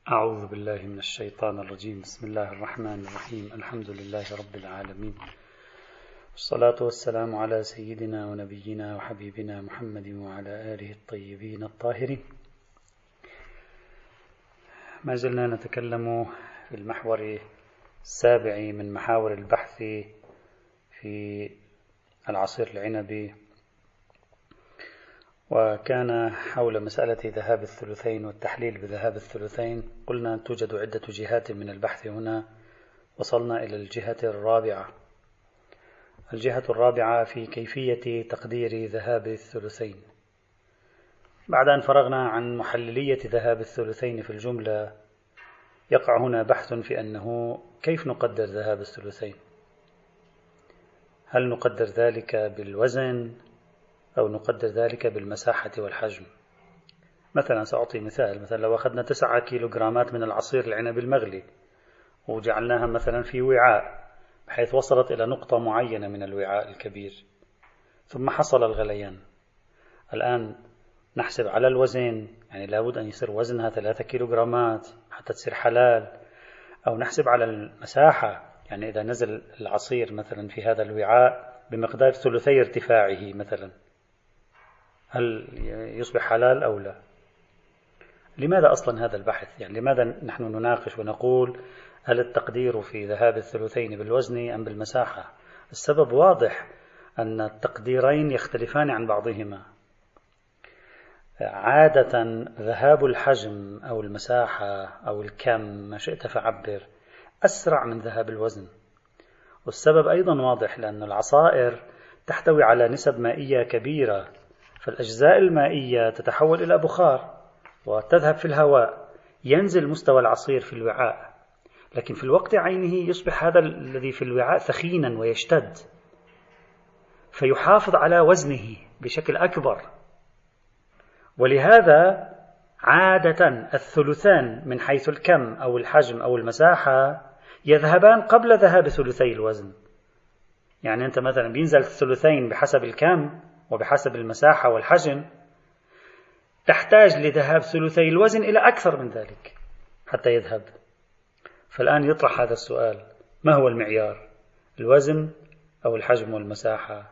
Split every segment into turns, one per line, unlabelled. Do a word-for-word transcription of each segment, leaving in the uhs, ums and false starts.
أعوذ بالله من الشيطان الرجيم. بسم الله الرحمن الرحيم. الحمد لله رب العالمين، والصلاة والسلام على سيدنا ونبينا وحبيبنا محمد وعلى آله الطيبين الطاهرين. ما زلنا نتكلم في المحور السابع من محاور البحث في العصير العنبي، وكان حول مسألة ذهاب الثلثين والتحليل بذهاب الثلثين. قلنا توجد عدة جهات من البحث هنا، وصلنا إلى الجهة الرابعة. الجهة الرابعة في كيفية تقدير ذهاب الثلثين. بعد أن فرغنا عن محللية ذهاب الثلثين في الجملة، يقع هنا بحث في أنه كيف نقدر ذهاب الثلثين. هل نقدر ذلك بالوزن أو نقدر ذلك بالمساحة والحجم؟ مثلا سأعطي مثال، مثلا لو أخذنا تسعة كيلوغرامات من العصير العنبي المغلي وجعلناها مثلا في وعاء بحيث وصلت إلى نقطة معينة من الوعاء الكبير، ثم حصل الغليان. الآن نحسب على الوزن، يعني لابد أن يصير وزنها ثلاثة كيلوغرامات حتى تصير حلال، أو نحسب على المساحة، يعني إذا نزل العصير مثلا في هذا الوعاء بمقدار ثلثي ارتفاعه مثلا، هل يصبح حلال أو لا؟ لماذا أصلا هذا البحث؟ يعني لماذا نحن نناقش ونقول هل التقدير في ذهاب الثلثين بالوزن أم بالمساحة؟ السبب واضح، أن التقديرين يختلفان عن بعضهما. عادة ذهاب الحجم أو المساحة أو الكم، ما شئت فعبر، أسرع من ذهاب الوزن. والسبب أيضا واضح، لأن العصائر تحتوي على نسب مائية كبيرة، فالأجزاء المائية تتحول إلى بخار وتذهب في الهواء، ينزل مستوى العصير في الوعاء، لكن في الوقت عينه يصبح هذا الذي في الوعاء ثخينا ويشتد، فيحافظ على وزنه بشكل أكبر. ولهذا عادة الثلثان من حيث الكم أو الحجم أو المساحة يذهبان قبل ذهاب ثلثي الوزن. يعني أنت مثلا بينزل الثلثين بحسب الكم وبحسب المساحة والحجم، تحتاج لذهاب ثلثي الوزن إلى أكثر من ذلك حتى يذهب. فالآن يطرح هذا السؤال: ما هو المعيار؟ الوزن أو الحجم والمساحة؟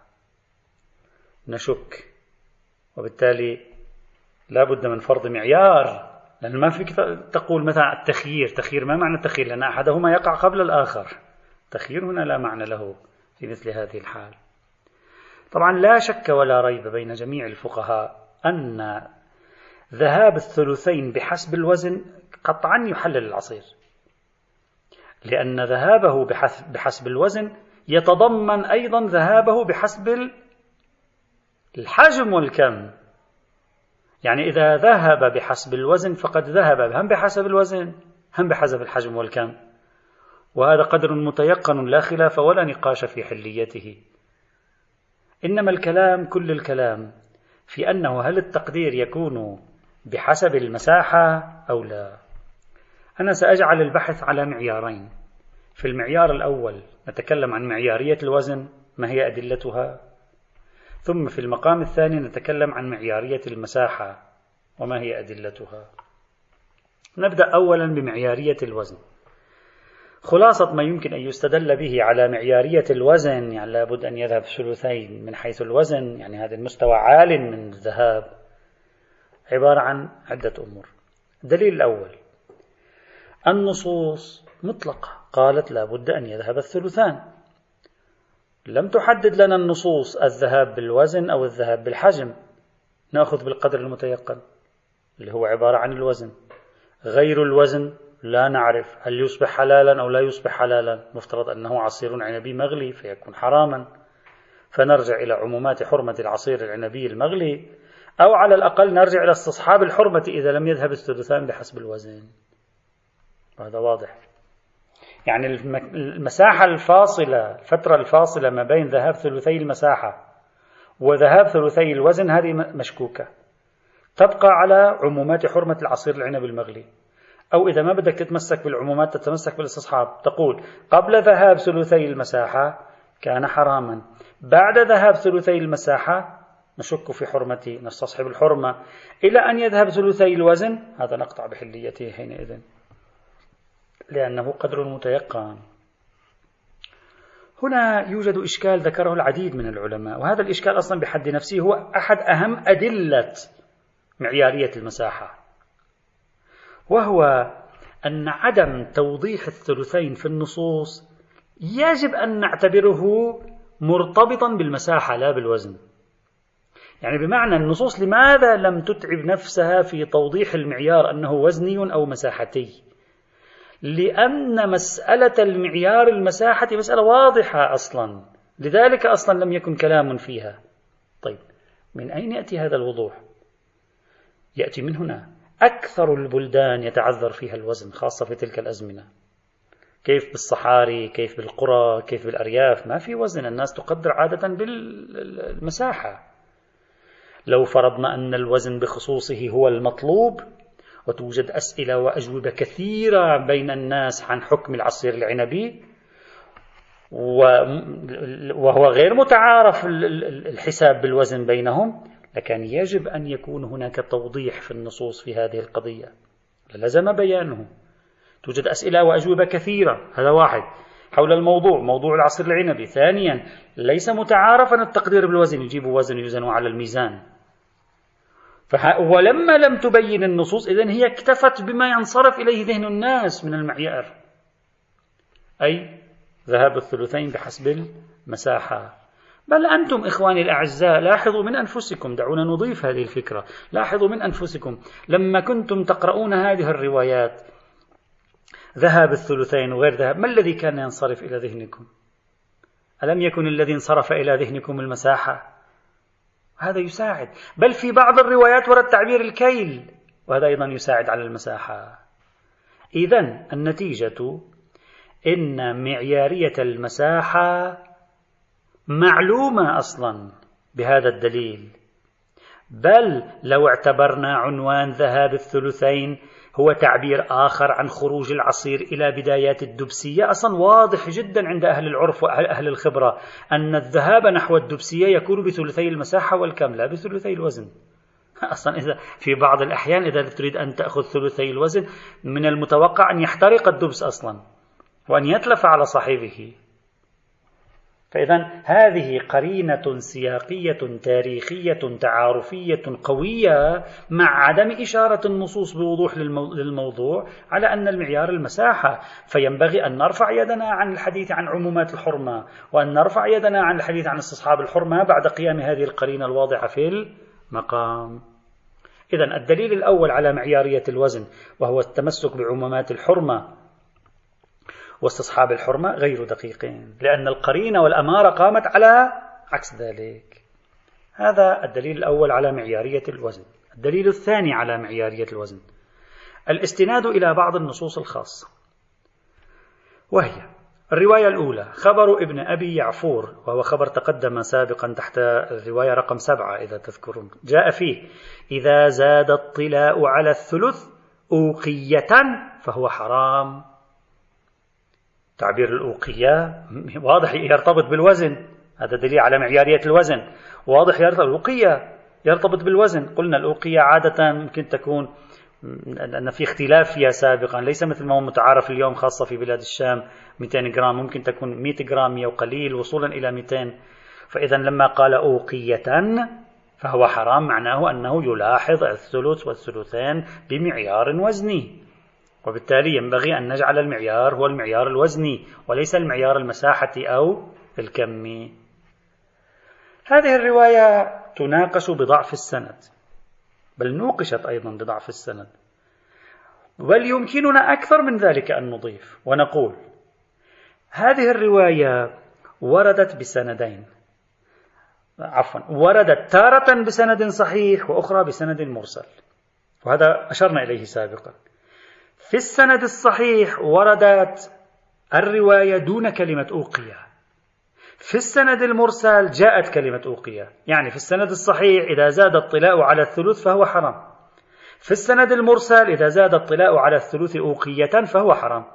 نشك، وبالتالي لا بد من فرض معيار، لأن ما فيك تقول مثلا التخيير. تخيير ما معنى التخيير؟ لأن أحدهما يقع قبل الآخر. تخيير هنا لا معنى له في مثل هذه الحال. طبعا لا شك ولا ريب بين جميع الفقهاء أن ذهاب الثلثين بحسب الوزن قطعا يحلل العصير، لأن ذهابه بحسب الوزن يتضمن أيضا ذهابه بحسب الحجم والكم. يعني إذا ذهب بحسب الوزن فقد ذهب هم بحسب الوزن هم بحسب الحجم والكم، وهذا قدر متيقن لا خلاف ولا نقاش في حليته. إنما الكلام، كل الكلام في أنه هل التقدير يكون بحسب المساحة أو لا. أنا سأجعل البحث على معيارين. في المعيار الأول نتكلم عن معيارية الوزن، ما هي أدلتها، ثم في المقام الثاني نتكلم عن معيارية المساحة وما هي أدلتها. نبدأ أولا بمعيارية الوزن. خلاصة ما يمكن أن يستدل به على معيارية الوزن، يعني لابد أن يذهب ثلثين من حيث الوزن، يعني هذا المستوى عال من الذهاب، عبارة عن عدة أمور. الدليل الأول: النصوص مطلقة قالت لابد أن يذهب الثلثان، لم تحدد لنا النصوص الذهاب بالوزن أو الذهاب بالحجم. نأخذ بالقدر المتيقن اللي هو عبارة عن الوزن. غير الوزن لا نعرف هل يصبح حلالا أو لا يصبح حلالا. مفترض أنه عصير عنبي مغلي فيكون حراما، فنرجع إلى عمومات حرمة العصير العنبي المغلي، أو على الأقل نرجع إلى استصحاب الحرمة إذا لم يذهب الثلثان بحسب الوزن. هذا واضح. يعني المساحة الفاصلة، الفترة الفاصلة ما بين ذهاب ثلثي المساحة وذهاب ثلثي الوزن هذه مشكوكة، تبقى على عمومات حرمة العصير العنبي المغلي. أو إذا ما بدك تتمسك بالعمومات تتمسك بالاستصحاب، تقول قبل ذهاب ثلثي المساحة كان حراما، بعد ذهاب ثلثي المساحة نشك في حرمته، نستصحب الحرمة، إلى أن يذهب ثلثي الوزن، هذا نقطع بحليته حينئذ. لأنه قدر متيقن. هنا يوجد إشكال ذكره العديد من العلماء، وهذا الإشكال أصلا بحد نفسه هو أحد أهم أدلة معيارية المساحة، وهو أن عدم توضيح الثلثين في النصوص يجب أن نعتبره مرتبطا بالمساحة لا بالوزن. يعني بمعنى النصوص لماذا لم تتعب نفسها في توضيح المعيار أنه وزني أو مساحتي؟ لأن مسألة المعيار المساحة مسألة واضحة أصلا، لذلك أصلا لم يكن كلام فيها. طيب من أين يأتي هذا الوضوح؟ يأتي من هنا. أكثر البلدان يتعذر فيها الوزن، خاصة في تلك الأزمنة. كيف بالصحاري، كيف بالقرى، كيف بالأرياف، ما في وزن، الناس تقدر عادة بالمساحة. لو فرضنا أن الوزن بخصوصه هو المطلوب، وتوجد أسئلة وأجوبة كثيرة بين الناس عن حكم العصير العنبي، وهو غير متعارف الحساب بالوزن بينهم، لكن يجب أن يكون هناك توضيح في النصوص في هذه القضية، لازم بيانه. توجد أسئلة وأجوبة كثيرة، هذا واحد، حول الموضوع، موضوع العصير العنبي. ثانيا، ليس متعارفا التقدير بالوزن، يجيب وزن يوزن على الميزان. ولما لم تبين النصوص، إذن هي اكتفت بما ينصرف إليه ذهن الناس من المعيار، أي ذهاب الثلثين بحسب المساحة. بل أنتم إخواني الأعزاء لاحظوا من أنفسكم، دعونا نضيف هذه الفكرة، لاحظوا من أنفسكم لما كنتم تقرؤون هذه الروايات ذهاب الثلثين وغير ذهاب، ما الذي كان ينصرف إلى ذهنكم؟ ألم يكن الذي انصرف إلى ذهنكم المساحة؟ هذا يساعد. بل في بعض الروايات ورد تعبير الكيل، وهذا أيضا يساعد على المساحة. إذن النتيجة إن معيارية المساحة معلومة أصلا بهذا الدليل. بل لو اعتبرنا عنوان ذهاب الثلثين هو تعبير آخر عن خروج العصير إلى بدايات الدبسية، أصلا واضح جدا عند أهل العرف وأهل الخبرة أن الذهاب نحو الدبسية يكون بثلثي المساحة والكم، لا بثلثي الوزن. أصلا إذا في بعض الأحيان إذا تريد أن تأخذ ثلثي الوزن، من المتوقع أن يحترق الدبس أصلا وأن يتلف على صاحبه. فإذا هذه قرينة سياقية تاريخية تعارفية قوية مع عدم إشارة النصوص بوضوح للموضوع على أن المعيار المساحة. فينبغي أن نرفع يدنا عن الحديث عن عمومات الحرمة، وأن نرفع يدنا عن الحديث عن استصحاب الحرمة بعد قيام هذه القرينة الواضحة في المقام. إذن الدليل الأول على معيارية الوزن وهو التمسك بعمومات الحرمة واستصحاب الحرمة غير دقيقين، لأن القرينة والأمارة قامت على عكس ذلك. هذا الدليل الأول على معيارية الوزن. الدليل الثاني على معيارية الوزن الاستناد إلى بعض النصوص الخاصة، وهي الرواية الأولى خبر ابن أبي يعفور، وهو خبر تقدم سابقا تحت الرواية رقم سبعة إذا تذكرون، جاء فيه: إذا زاد الطلاء على الثلث أوقية فهو حرام. تعبير الأوقية واضح يرتبط بالوزن، هذا دليل على معيارية الوزن، واضح يرتبط الأوقية يرتبط بالوزن. قلنا الأوقية عادة ممكن تكون أن في اختلاف فيها سابقا، ليس مثل ما هو متعارف اليوم خاصة في بلاد الشام مئتين جرام، ممكن تكون مئة جرام وقليل وصولا إلى مئتين. فإذا لما قال أوقية فهو حرام، معناه أنه يلاحظ الثلث والثلثين بمعيار وزني، وبالتالي ينبغي أن نجعل المعيار هو المعيار الوزني وليس المعيار المساحة أو الكمي. هذه الرواية تناقش بضعف السند، بل نوقشت أيضا بضعف السند، بل يمكننا أكثر من ذلك أن نضيف ونقول هذه الرواية وردت بسندين، عفوا وردت تارة بسند صحيح وأخرى بسند مرسل، وهذا أشرنا إليه سابقا. في السند الصحيح وردت الرواية دون كلمة أوقية، في السند المرسل جاءت كلمة أوقية. يعني في السند الصحيح إذا زاد الطلاء على الثلث فهو حرام، في السند المرسل إذا زاد الطلاء على الثلث أوقية فهو حرام.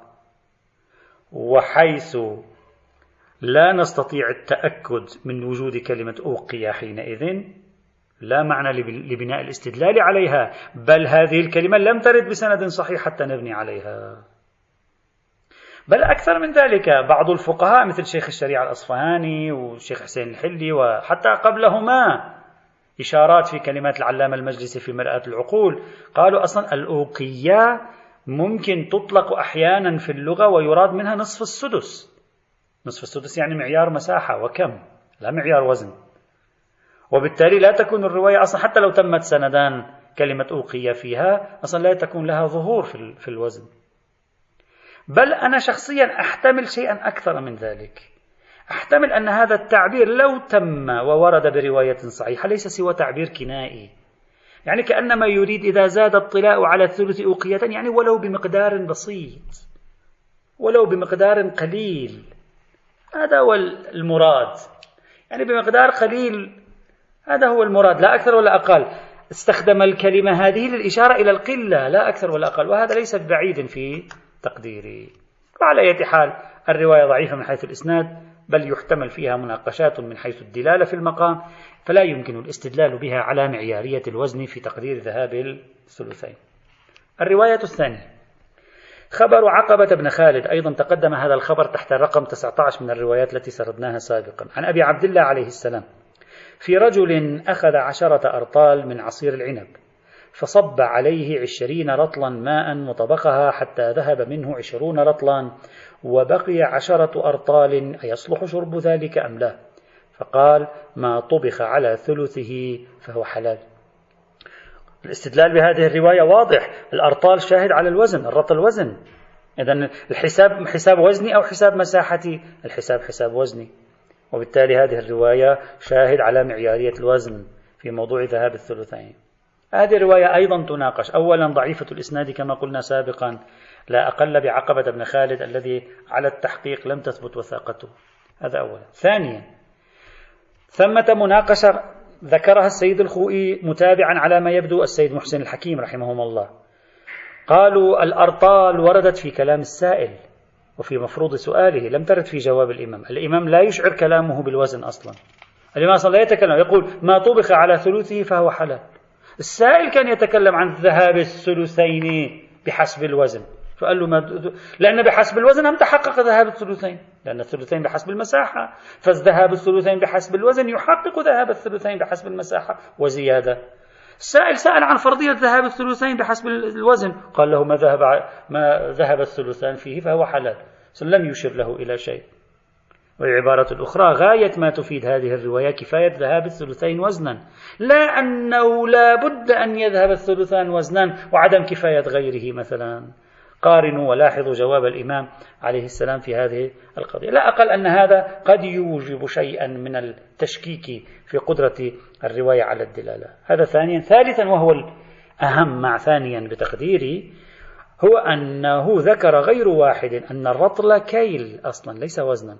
وحيث لا نستطيع التأكد من وجود كلمة أوقية حينئذ لا معنى لبناء الاستدلال عليها، بل هذه الكلمة لم ترد بسند صحيح حتى نبني عليها. بل أكثر من ذلك، بعض الفقهاء مثل شيخ الشريعة الأصفهاني والشيخ حسين الحلي وحتى قبلهما إشارات في كلمات العلامة المجلسي في مرآة العقول، قالوا أصلا الأوقية ممكن تطلق أحيانا في اللغة ويراد منها نصف السدس. نصف السدس يعني معيار مساحة وكم، لا معيار وزن، وبالتالي لا تكون الرواية أصلا حتى لو تمت سندان كلمة أوقية فيها أصلا لا تكون لها ظهور في الوزن. بل أنا شخصيا أحتمل شيئا أكثر من ذلك، أحتمل أن هذا التعبير لو تم وورد برواية صحيحة ليس سوى تعبير كنائي، يعني كأنما يريد إذا زاد الطلاء على الثلث أوقية يعني ولو بمقدار بسيط، ولو بمقدار قليل، هذا هو المراد، يعني بمقدار قليل هذا هو المراد، لا أكثر ولا أقل. استخدم الكلمة هذه للإشارة إلى القلة لا أكثر ولا أقل، وهذا ليس بعيد في تقديري. وعلى أي حال الرواية ضعيفة من حيث الإسناد، بل يحتمل فيها مناقشات من حيث الدلالة في المقام، فلا يمكن الاستدلال بها على معيارية الوزن في تقدير ذهاب الثلثين. الرواية الثانية خبر عقبة بن خالد، أيضا تقدم هذا الخبر تحت رقم تسعة عشر من الروايات التي سردناها سابقا، عن أبي عبد الله عليه السلام في رجل أخذ عشرة أرطال من عصير العنب فصب عليه عشرين رطلا ماء وطبخها حتى ذهب منه عشرون رطلا وبقي عشرة أرطال، أيصلح شرب ذلك أم لا؟ فقال ما طبخ على ثلثه فهو حلال. الاستدلال بهذه الرواية واضح، الأرطال شاهد على الوزن، الرطل وزن، إذن الحساب حساب وزني أو حساب مساحتي؟ الحساب حساب وزني، وبالتالي هذه الرواية شاهد على معيارية الوزن في موضوع ذهاب الثلثين. هذه الرواية أيضا تناقش، أولا ضعيفة الإسناد كما قلنا سابقا، لا أقل بعقبة بن خالد الذي على التحقيق لم تثبت وثاقته، هذا أولا. ثانيا ثمة مناقشة ذكرها السيد الخوئي متابعا على ما يبدو السيد محسن الحكيم رحمهم الله، قالوا الأرطال وردت في كلام السائل وفي مفروض سؤاله، لم ترد في جواب الإمام. الإمام لا يشعر كلامه بالوزن أصلا، الإمام أصلا لا يتكلم، يقول ما طبخ على ثلثه فهو حلال. السائل كان يتكلم عن ذهاب الثلثين بحسب الوزن، فقال له ما لأن بحسب الوزن هم تحقق ذهاب الثلثين، لأن الثلثين بحسب المساحة، فذهاب الثلثين بحسب الوزن يحقق ذهاب الثلثين بحسب المساحة وزيادة. السائل سأل عن فرضية ذهاب الثلثين بحسب الوزن، قال له ما ذهب ما ذهب الثلثان فيه فهو حلال، لم يشر له إلى شيء. والعبارة الأخرى غاية ما تفيد هذه الرواية كفاية ذهاب الثلثين وزنا، لا أنه لا بد أن يذهب الثلثان وزنا وعدم كفاية غيره مثلا. قارنوا ولاحظوا جواب الإمام عليه السلام في هذه القضية، لا أقل أن هذا قد يوجب شيئا من التشكيك في قدرة الرواية على الدلالة. هذا ثانيا. ثالثا وهو الأهم مع ثانيا بتقديري، هو أنه ذكر غير واحد أن الرطل كيل أصلا ليس وزنا،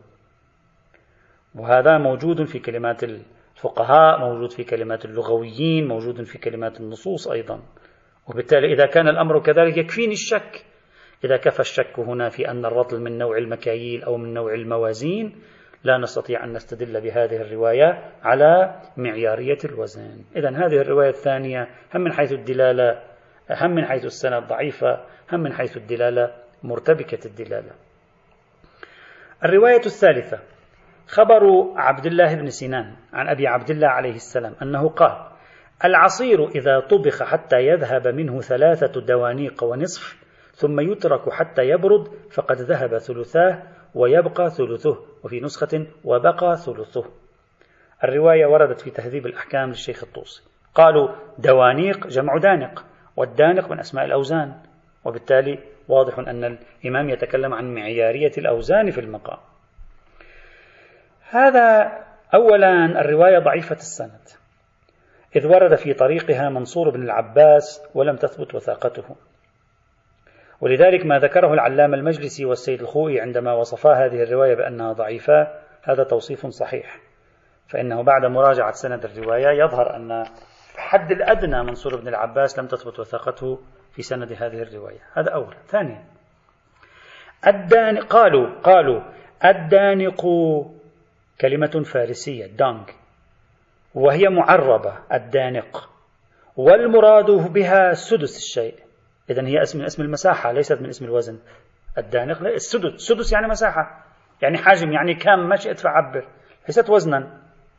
وهذا موجود في كلمات الفقهاء، موجود في كلمات اللغويين، موجود في كلمات النصوص أيضا. وبالتالي إذا كان الأمر كذلك يكفيني الشك، إذا كفى الشك هنا في أن الرطل من نوع المكاييل أو من نوع الموازين لا نستطيع أن نستدل بهذه الرواية على معيارية الوزن. إذن هذه الرواية الثانية هم من حيث الدلالة، هم من حيث السند ضعيفة، هم من حيث الدلالة مرتبكة الدلالة. الرواية الثالثة خبر عبد الله بن سنان عن أبي عبد الله عليه السلام أنه قال العصير إذا طبخ حتى يذهب منه ثلاثة دوانيق ونصف ثم يترك حتى يبرد فقد ذهب ثلثاه ويبقى ثلثه، وفي نسخة وبقى ثلثه. الرواية وردت في تهذيب الأحكام للشيخ الطوسي. قالوا دوانيق جمع دانق، والدانق من أسماء الأوزان، وبالتالي واضح أن الإمام يتكلم عن معيارية الأوزان في المقام. هذا أولا. الرواية ضعيفة السند، إذ ورد في طريقها منصور بن العباس ولم تثبت وثاقته، ولذلك ما ذكره العلامة المجلسي والسيد الخوئي عندما وصفا هذه الرواية بأنها ضعيفة هذا توصيف صحيح، فإنه بعد مراجعة سند الرواية يظهر أن الحد الأدنى منصور بن العباس لم تثبت وثاقته في سند هذه الرواية. هذا أولا. ثانيا الدانق، قالوا قالوا الدانق كلمة فارسية دانغ، وهي معربة الدانق، والمراد بها سدس الشيء، إذن هي اسم من اسم المساحة ليست من اسم الوزن. الدانق السدس، السدس يعني مساحة، يعني حجم، يعني كم، ما شئت فعبر، ليست وزنا.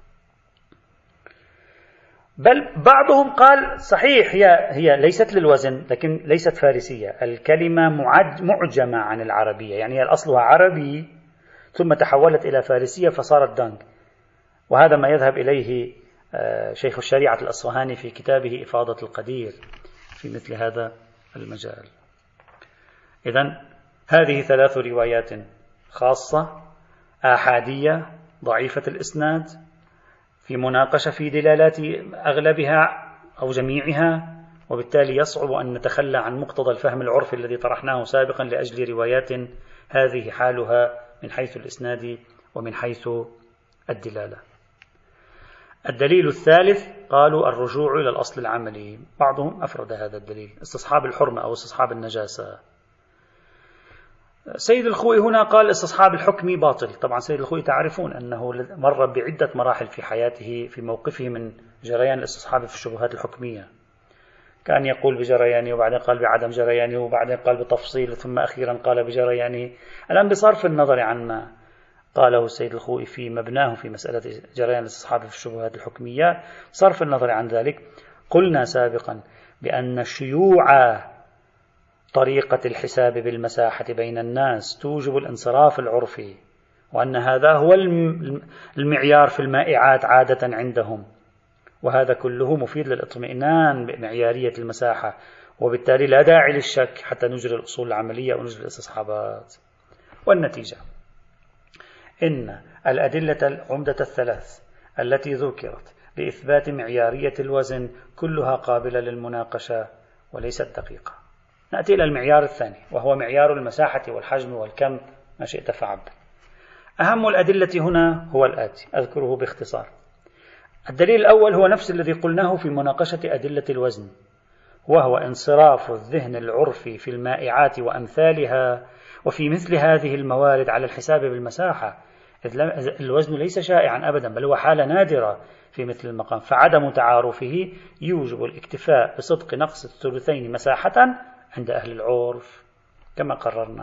بل بعضهم قال صحيح هي هي ليست للوزن، لكن ليست فارسية، الكلمة معجمة عن العربية، يعني أصلها عربي ثم تحولت إلى فارسية فصارت دانق. وهذا ما يذهب إليه شيخ الشريعة الأصفهاني في كتابه إفاضة القدير في مثل هذا المجال. إذن هذه ثلاث روايات خاصة آحادية ضعيفة الإسناد، في مناقشة في دلالات أغلبها أو جميعها، وبالتالي يصعب أن نتخلى عن مقتضى الفهم العرفي الذي طرحناه سابقا لأجل روايات هذه حالها من حيث الإسناد ومن حيث الدلالة. الدليل الثالث قالوا الرجوع إلى الأصل العملي. بعضهم أفرد هذا الدليل، استصحاب الحرمة أو استصحاب النجاسة. سيد الخوئي هنا قال استصحاب الحكم باطل. طبعا سيد الخوئي تعرفون أنه مر بعدة مراحل في حياته في موقفه من جريان الاستصحاب في الشبهات الحكمية، كان يقول بجريانه وبعدين قال بعدم جريانه وبعدين قال بتفصيل ثم أخيرا قال بجريانه. الآن بصرف النظر عن ما قاله السيد الخوئي في مبناه في مسألة جريان الاستصحاب في الشبهات الحكمية، صرف النظر عن ذلك قلنا سابقا بأن شيوع طريقة الحساب بالمساحة بين الناس توجب الانصراف العرفي، وأن هذا هو المعيار في المائعات عادة عندهم، وهذا كله مفيد للاطمئنان بمعيارية المساحة، وبالتالي لا داعي للشك حتى نجري الأصول العملية ونجري الاستصحابات. والنتيجة إن الأدلة العمدة الثلاث التي ذكرت لإثبات معيارية الوزن كلها قابلة للمناقشة وليست دقيقة. نأتي إلى المعيار الثاني وهو معيار المساحة والحجم والكم، ما شئت فعبر. أهم الأدلة هنا هو الآتي، أذكره باختصار. الدليل الأول هو نفس الذي قلناه في مناقشة أدلة الوزن، وهو انصراف الذهن العرفي في المائعات وأمثالها وفي مثل هذه الموارد على الحساب بالمساحة. الوزن ليس شائعا أبدا، بل هو حالة نادرة في مثل المقام، فعدم تعارفه يوجب الاكتفاء بصدق نقص الثلثين مساحة عند أهل العرف كما قررنا.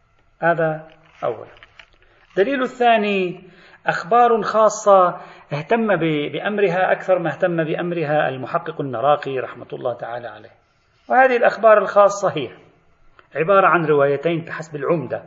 هذا أولا. دليل الثاني أخبار خاصة اهتم بأمرها أكثر ما اهتم بأمرها المحقق النراقي رحمة الله تعالى عليه. وهذه الأخبار الخاصة هي عبارة عن روايتين بحسب العمدة.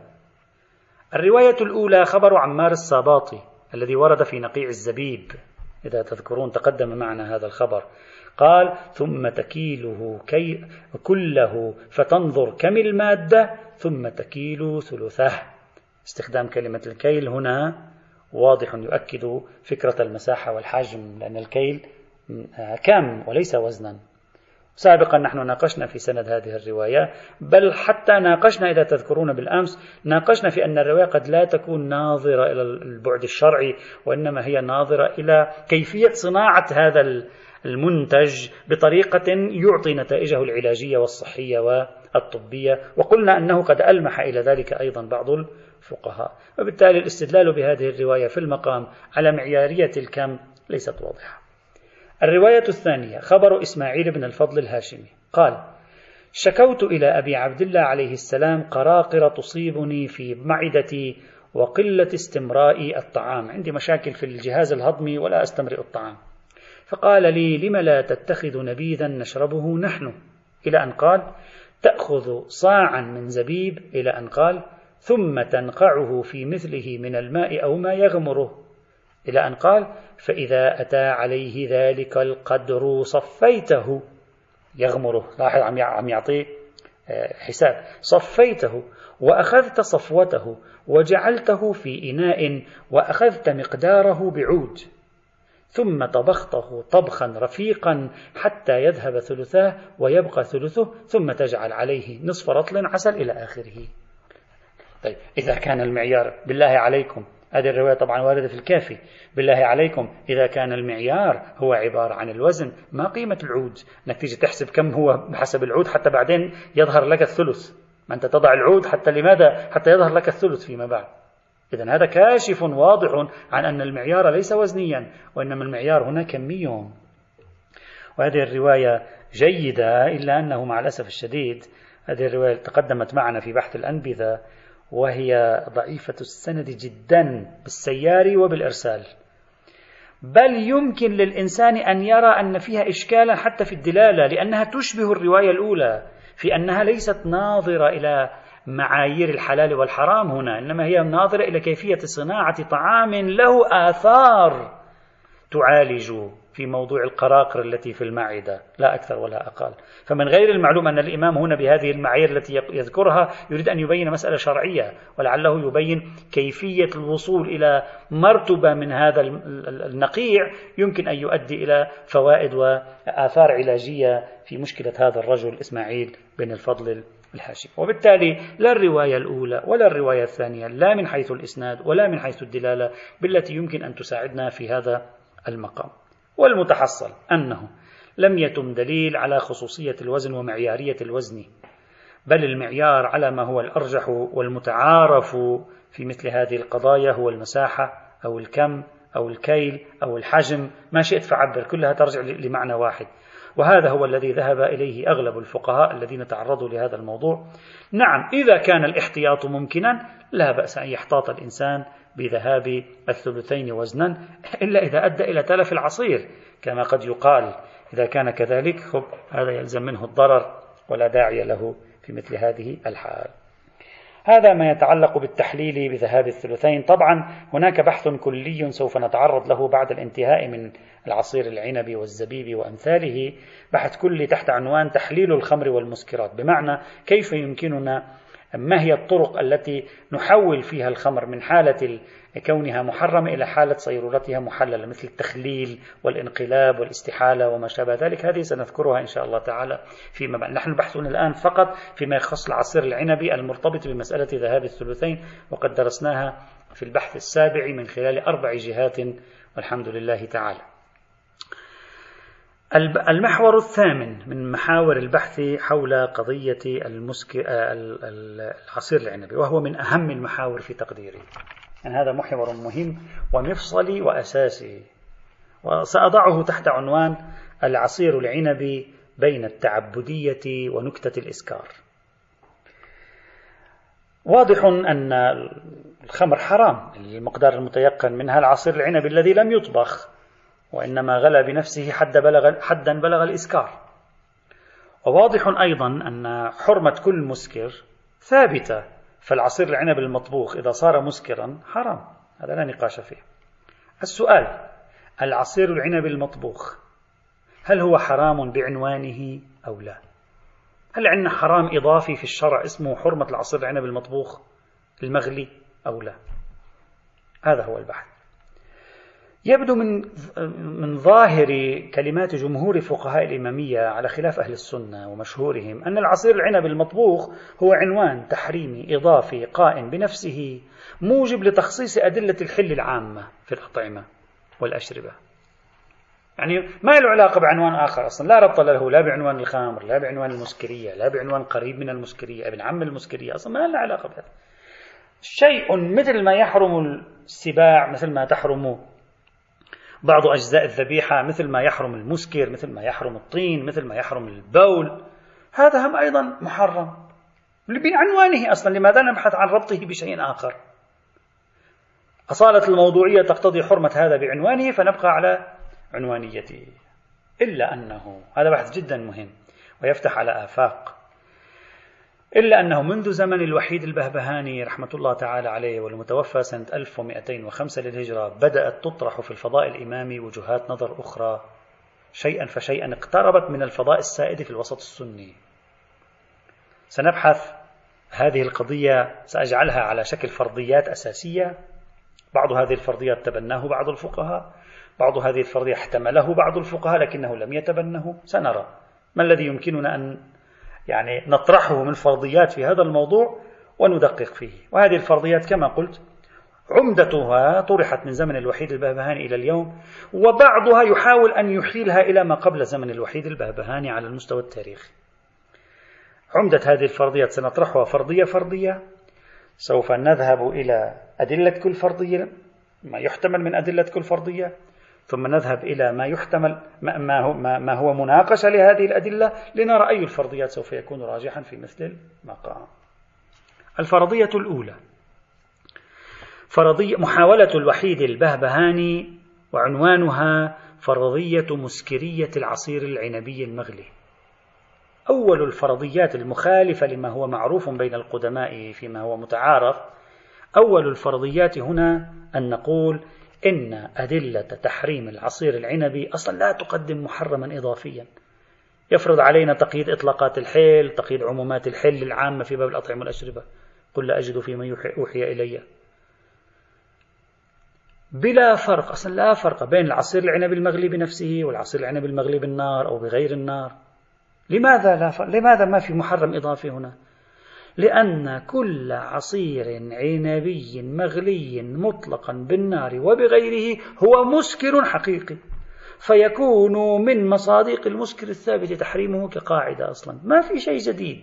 الرواية الأولى خبر عمار الساباطي الذي ورد في نقيع الزبيب، إذا تذكرون تقدم معنا هذا الخبر. قال ثم تكيله كي كله فتنظر كم المادة ثم تكيل ثلثه. استخدام كلمة الكيل هنا واضح يؤكد فكرة المساحة والحجم، لأن الكيل كم وليس وزنا. سابقا نحن ناقشنا في سند هذه الرواية، بل حتى ناقشنا إذا تذكرون بالأمس ناقشنا في أن الرواية قد لا تكون ناظرة إلى البعد الشرعي، وإنما هي ناظرة إلى كيفية صناعة هذا المنتج بطريقة يعطي نتائجه العلاجية والصحية والطبية، وقلنا أنه قد ألمح إلى ذلك أيضا بعض الفقهاء. وبالتالي الاستدلال بهذه الرواية في المقام على معيارية الكم ليست واضحة. الرواية الثانية خبر إسماعيل بن الفضل الهاشمي قال شكوت إلى أبي عبد الله عليه السلام قراقر تصيبني في معدتي وقلة استمراء الطعام، عندي مشاكل في الجهاز الهضمي ولا أستمرئ الطعام. فقال لي لم لا تتخذ نبيذا نشربه نحن، إلى أن قال تأخذ صاعا من زبيب، إلى أن قال ثم تنقعه في مثله من الماء أو ما يغمره، إلى أن قال فإذا أتى عليه ذلك القدر صفيته يغمره. لاحظ عم يعطي حساب، صفيته وأخذت صفوته وجعلته في إناء وأخذت مقداره بعود ثم طبخته طبخا رفيقا حتى يذهب ثلثاه ويبقى ثلثه ثم تجعل عليه نصف رطل عسل إلى آخره. طيب إذا كان المعيار بالله عليكم، هذه الرواية طبعا واردة في الكافي، بالله عليكم إذا كان المعيار هو عبارة عن الوزن، ما قيمة العود؟ انك تيجي تحسب كم هو بحسب العود حتى بعدين يظهر لك الثلث، ما أنت تضع العود حتى لماذا؟ حتى يظهر لك الثلث فيما بعد. إذن هذا كاشف واضح عن أن المعيار ليس وزنيا، وإنما المعيار هنا كمي. وهذه الرواية جيدة، إلا أنه مع الأسف الشديد هذه الرواية تقدمت معنا في بحث الأنبذة، وهي ضعيفة السند جدا بالسيار وبالإرسال، بل يمكن للإنسان أن يرى أن فيها إشكالا حتى في الدلالة، لأنها تشبه الرواية الأولى في أنها ليست ناظرة إلى معايير الحلال والحرام هنا، إنما هي ناظرة إلى كيفية صناعة طعام له آثار تعالج في موضوع القراقر التي في المعدة، لا أكثر ولا أقل. فمن غير المعلوم أن الإمام هنا بهذه المعايير التي يذكرها يريد أن يبين مسألة شرعية، ولعله يبين كيفية الوصول إلى مرتبة من هذا النقيع يمكن أن يؤدي إلى فوائد وآثار علاجية في مشكلة هذا الرجل إسماعيل بن الفضل الهاشمي. وبالتالي لا الرواية الأولى ولا الرواية الثانية، لا من حيث الإسناد ولا من حيث الدلالة، بالتي يمكن أن تساعدنا في هذا المقام. والمتحصل أنه لم يتم دليل على خصوصية الوزن ومعيارية الوزن، بل المعيار على ما هو الأرجح والمتعارف في مثل هذه القضايا هو المساحة أو الكم أو الكيل أو الحجم، ما شئت فعبر، كلها ترجع لمعنى واحد، وهذا هو الذي ذهب إليه أغلب الفقهاء الذين تعرضوا لهذا الموضوع. نعم، إذا كان الاحتياط ممكنا لا بأس أن يحتاط الإنسان بذهاب الثلثين وزنا، إلا إذا أدى إلى تلف العصير كما قد يقال. إذا كان كذلك هذا يلزم منه الضرر ولا داعي له في مثل هذه الحال. هذا ما يتعلق بالتحليل بذهاب الثلثين. طبعا هناك بحث كلي سوف نتعرض له بعد الانتهاء من العصير العنبي والزبيب وأمثاله، بحث كلي تحت عنوان تحليل الخمر والمسكرات، بمعنى كيف يمكننا، ما هي الطرق التي نحول فيها الخمر من حالة كونها محرمة إلى حالة صيرورتها محللة، مثل التخليل والانقلاب والاستحالة وما شابه ذلك. هذه سنذكرها إن شاء الله تعالى فيما بعد. نحن بحثنا الآن فقط فيما يخص العصير العنبي المرتبط بمسألة ذهاب الثلثين، وقد درسناها في البحث السابع من خلال أربع جهات والحمد لله تعالى. المحور الثامن من محاور البحث حول قضية المسك... العصير العنبي، وهو من أهم المحاور في تقديري، يعني هذا محور مهم ومفصلي وأساسي، وسأضعه تحت عنوان العصير العنبي بين التعبدية ونكتة الإسكار. واضح أن الخمر حرام، المقدار المتيقن منها العصير العنبي الذي لم يطبخ وإنما غلى بنفسه حد بلغ حدا بلغ الإسكار. وواضح أيضا أن حرمة كل مسكر ثابتة، فالعصير العنب المطبوخ إذا صار مسكرا حرام، هذا لا نقاش فيه. السؤال: العصير العنب المطبوخ هل هو حرام بعنوانه أو لا؟ هل عندنا حرام إضافي في الشرع اسمه حرمة العصير العنب المطبوخ المغلي أو لا؟ هذا هو البحث. يبدو من من ظاهر كلمات جمهور فقهاء الإمامية على خلاف أهل السنة ومشهورهم أن العصير العنب المطبوخ هو عنوان تحريمي إضافي قائم بنفسه موجب لتخصيص أدلة الحل العامة في الأطعمة والأشربة، يعني ما له علاقة بعنوان آخر أصلا، لا ربط له لا بعنوان الخمر لا بعنوان المسكرية لا بعنوان قريب من المسكرية ابن عم المسكرية، أصلا ما له علاقة بهذا. شيء مثل ما يحرم السباع، مثل ما تحرم بعض أجزاء الذبيحة، مثل ما يحرم المسكر، مثل ما يحرم الطين، مثل ما يحرم البول، هذا هم أيضا محرم بعنوانه أصلا. لماذا نبحث عن ربطه بشيء آخر؟ أصالة الموضوعية تقتضي حرمة هذا بعنوانه فنبقى على عنوانيته. إلا أنه هذا بحث جدا مهم ويفتح على آفاق، إلا أنه منذ زمن الوحيد البهبهاني رحمة الله تعالى عليه والمتوفى سنة ألف ومئتين وخمسة للهجرة بدأت تطرح في الفضاء الإمامي وجهات نظر أخرى شيئا فشيئا اقتربت من الفضاء السائد في الوسط السني. سنبحث هذه القضية، سأجعلها على شكل فرضيات أساسية، بعض هذه الفرضيات تبناه بعض الفقهاء، بعض هذه الفرضية احتمله بعض الفقهاء لكنه لم يتبنه. سنرى ما الذي يمكننا أن يعني نطرحه من فرضيات في هذا الموضوع وندقق فيه. وهذه الفرضيات كما قلت عمدتها طرحت من زمن الوحيد البهبهاني إلى اليوم، وبعضها يحاول أن يحيلها إلى ما قبل زمن الوحيد البهبهاني على المستوى التاريخي. عمدة هذه الفرضيات سنطرحها فرضية فرضية، سوف نذهب إلى أدلة كل فرضية، ما يحتمل من أدلة كل فرضية، ثم نذهب إلى ما يحتمل ما هو, ما هو مناقشة لهذه الأدلة لنرى أي الفرضيات سوف يكون راجحا في مثل المقام. الفرضية الأولى فرضية محاولة الوحيد البهبهاني، وعنوانها فرضية مسكرية العصير العنبي المغلي. أول الفرضيات المخالفة لما هو معروف بين القدماء فيما هو متعارف، أول الفرضيات هنا أن نقول إن أدلة تحريم العصير العنبي أصلا لا تقدم محرما إضافيا يفرض علينا تقييد إطلاقات الحل، تقييد عمومات الحل العامة في باب الأطعمة والأشربة، قل لا أجد فيما أوحي إلي، بلا فرق. أصلا لا فرق بين العصير العنبي المغلي بنفسه والعصير العنبي المغلي بالنار أو بغير النار. لماذا لا فرق؟ لماذا ما في محرم إضافي هنا؟ لأن كل عصير عنبي مغلي مطلقا بالنار وبغيره هو مسكر حقيقي، فيكون من مصادق المسكر الثابت تحريمه كقاعدة. أصلا ما في شيء جديد.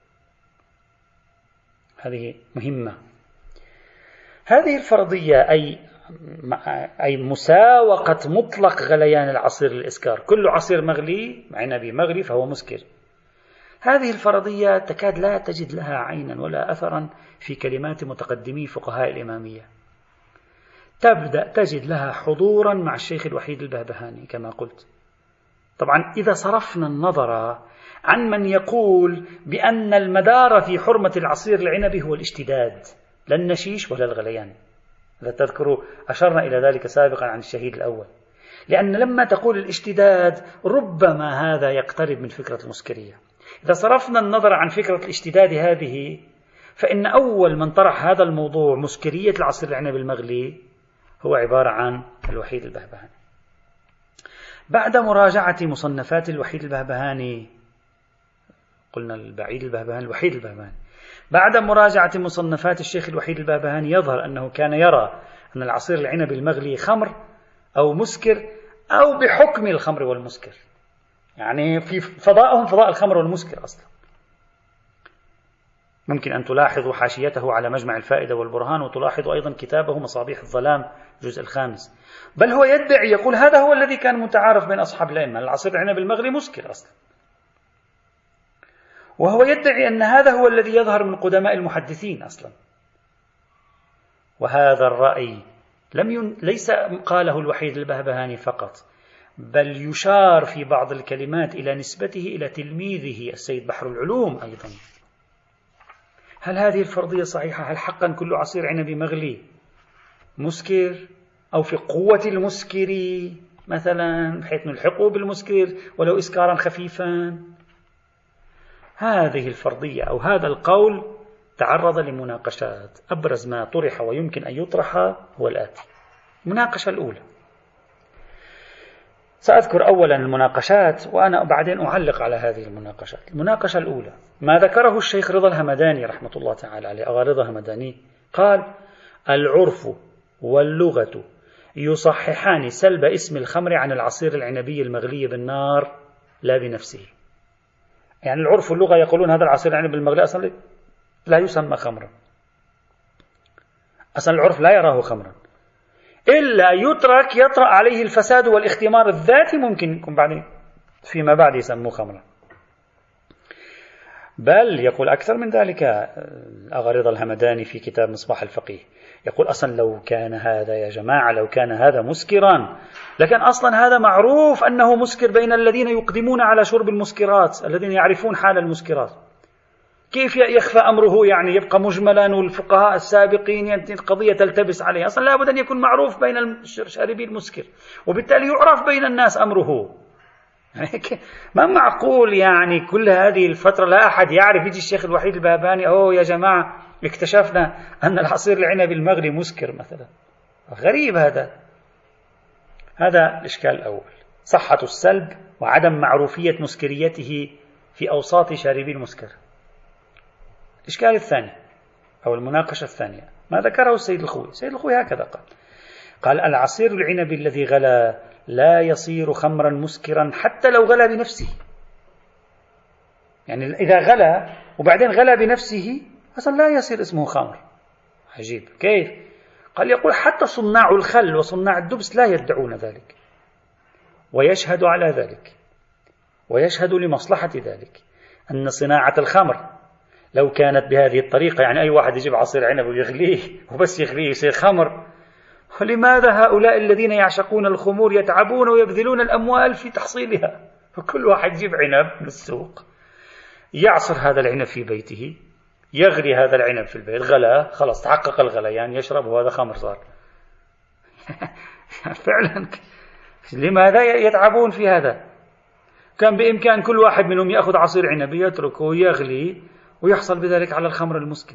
هذه مهمة. هذه الفرضية أي أي مساوقة مطلق غليان العصير للإسكار، كل عصير مغلي عنبي مغلي فهو مسكر. هذه الفرضية تكاد لا تجد لها عينا ولا أثرا في كلمات متقدمي فقهاء الإمامية. تبدأ تجد لها حضورا مع الشيخ الوحيد البهبهاني كما قلت. طبعا إذا صرفنا النظر عن من يقول بأن المدار في حرمة العصير العنبي هو الاشتداد لا النشيش ولا الغليان، إذا تذكروا أشرنا إلى ذلك سابقا عن الشهيد الأول، لأن لما تقول الاشتداد ربما هذا يقترب من فكرة المسكرية. إذا صرفنا النظر عن فكرة الاشتداد هذه، فإن أول من طرح هذا الموضوع مسكرية العصير العنبي المغلي هو عبارة عن الوحيد البهبهاني. بعد مراجعة مصنفات الوحيد البهبهاني، قلنا البعيد البهبهاني الوحيد البهبهاني، بعد مراجعة مصنفات الشيخ الوحيد البهبهاني يظهر أنه كان يرى أن العصير العنبي المغلي خمر أو مسكر أو بحكم الخمر والمسكر، يعني في فضائهم فضاء الخمر والمسكر أصلا. ممكن أن تلاحظوا حاشيته على مجمع الفائدة والبرهان، وتلاحظوا أيضا كتابه مصابيح الظلام الجزء الخامس، بل هو يدعي يقول هذا هو الذي كان متعارف بين أصحاب الأئمة، العصير العنبي المغلي مسكر أصلا، وهو يدعي أن هذا هو الذي يظهر من قدماء المحدثين أصلا. وهذا الرأي لم ين... ليس قاله الوحيد البهبهاني فقط، بل يشار في بعض الكلمات إلى نسبته إلى تلميذه السيد بحر العلوم أيضا. هل هذه الفرضية صحيحة؟ هل حقا كل عصير عنبي مغلي مسكر أو في قوة المسكر مثلا بحيث نلحقه بالمسكر ولو إسكارا خفيفا؟ هذه الفرضية أو هذا القول تعرض لمناقشات. أبرز ما طرح ويمكن أن يطرح هو الآتي. المناقشة الأولى، سأذكر أولا المناقشات وأنا بعدين أعلق على هذه المناقشات. المناقشة الأولى ما ذكره الشيخ رضا الهمداني رحمة الله تعالى عليه، أغا رضا همداني، قال العرف واللغة يصححان سلب اسم الخمر عن العصير العنبي المغلي بالنار لا بنفسه. يعني العرف واللغة يقولون هذا العصير العنبي المغلي أصلا لا يسمى خمرا، أصلا العرف لا يراه خمرا، إلا يترك يطرأ عليه الفساد والاختمار الذاتي، ممكن يكون بعد فيما بعد يسموه خمرا. بل يقول أكثر من ذلك أغا رضا الهمداني في كتاب مصباح الفقيه، يقول أصلا لو كان هذا يا جماعة لو كان هذا مسكرا لكن أصلا هذا معروف أنه مسكر بين الذين يقدمون على شرب المسكرات، الذين يعرفون حال المسكرات. كيف يخفى أمره؟ يعني يبقى مجملا والفقهاء السابقين القضية تلتبس عليه. أصلا لابد أن يكون معروف بين شاربي المسكر، وبالتالي يعرف بين الناس أمره. ما معقول يعني كل هذه الفترة لا أحد يعرف، يجي الشيخ الوحيد البهبهاني أوه يا جماعة اكتشفنا أن العصير العنبي المغلي مسكر مثلا. غريب هذا. هذا الإشكال الأول، صحة السلب وعدم معروفية مسكريته في أوساط شاربي المسكر. الإشكال الثاني أو المناقشة الثانية ما ذكره السيد الخوي. السيد الخوي هكذا قال قال العصير العنبي الذي غلى لا يصير خمرا مسكرا حتى لو غلى بنفسه. يعني إذا غلى وبعدين غلى بنفسه أصلا لا يصير اسمه خمر. عجيب كيف؟ قال يقول حتى صناع الخل وصناع الدبس لا يدعون ذلك. ويشهد على ذلك ويشهد لمصلحة ذلك أن صناعة الخمر لو كانت بهذه الطريقة، يعني أي واحد يجيب عصير عنب ويغليه وبس يغليه يصير خمر، ولماذا هؤلاء الذين يعشقون الخمور يتعبون ويبذلون الأموال في تحصيلها؟ فكل واحد يجيب عنب من السوق، يعصر هذا العنب في بيته، يغلي هذا العنب في البيت، غلا خلاص تحقق الغليان، يعني يشرب وهذا خمر صار. فعلا لماذا يتعبون في هذا؟ كان بإمكان كل واحد منهم يأخذ عصير عنب يتركه ويغلي ويحصل بذلك على الخمر المسكر.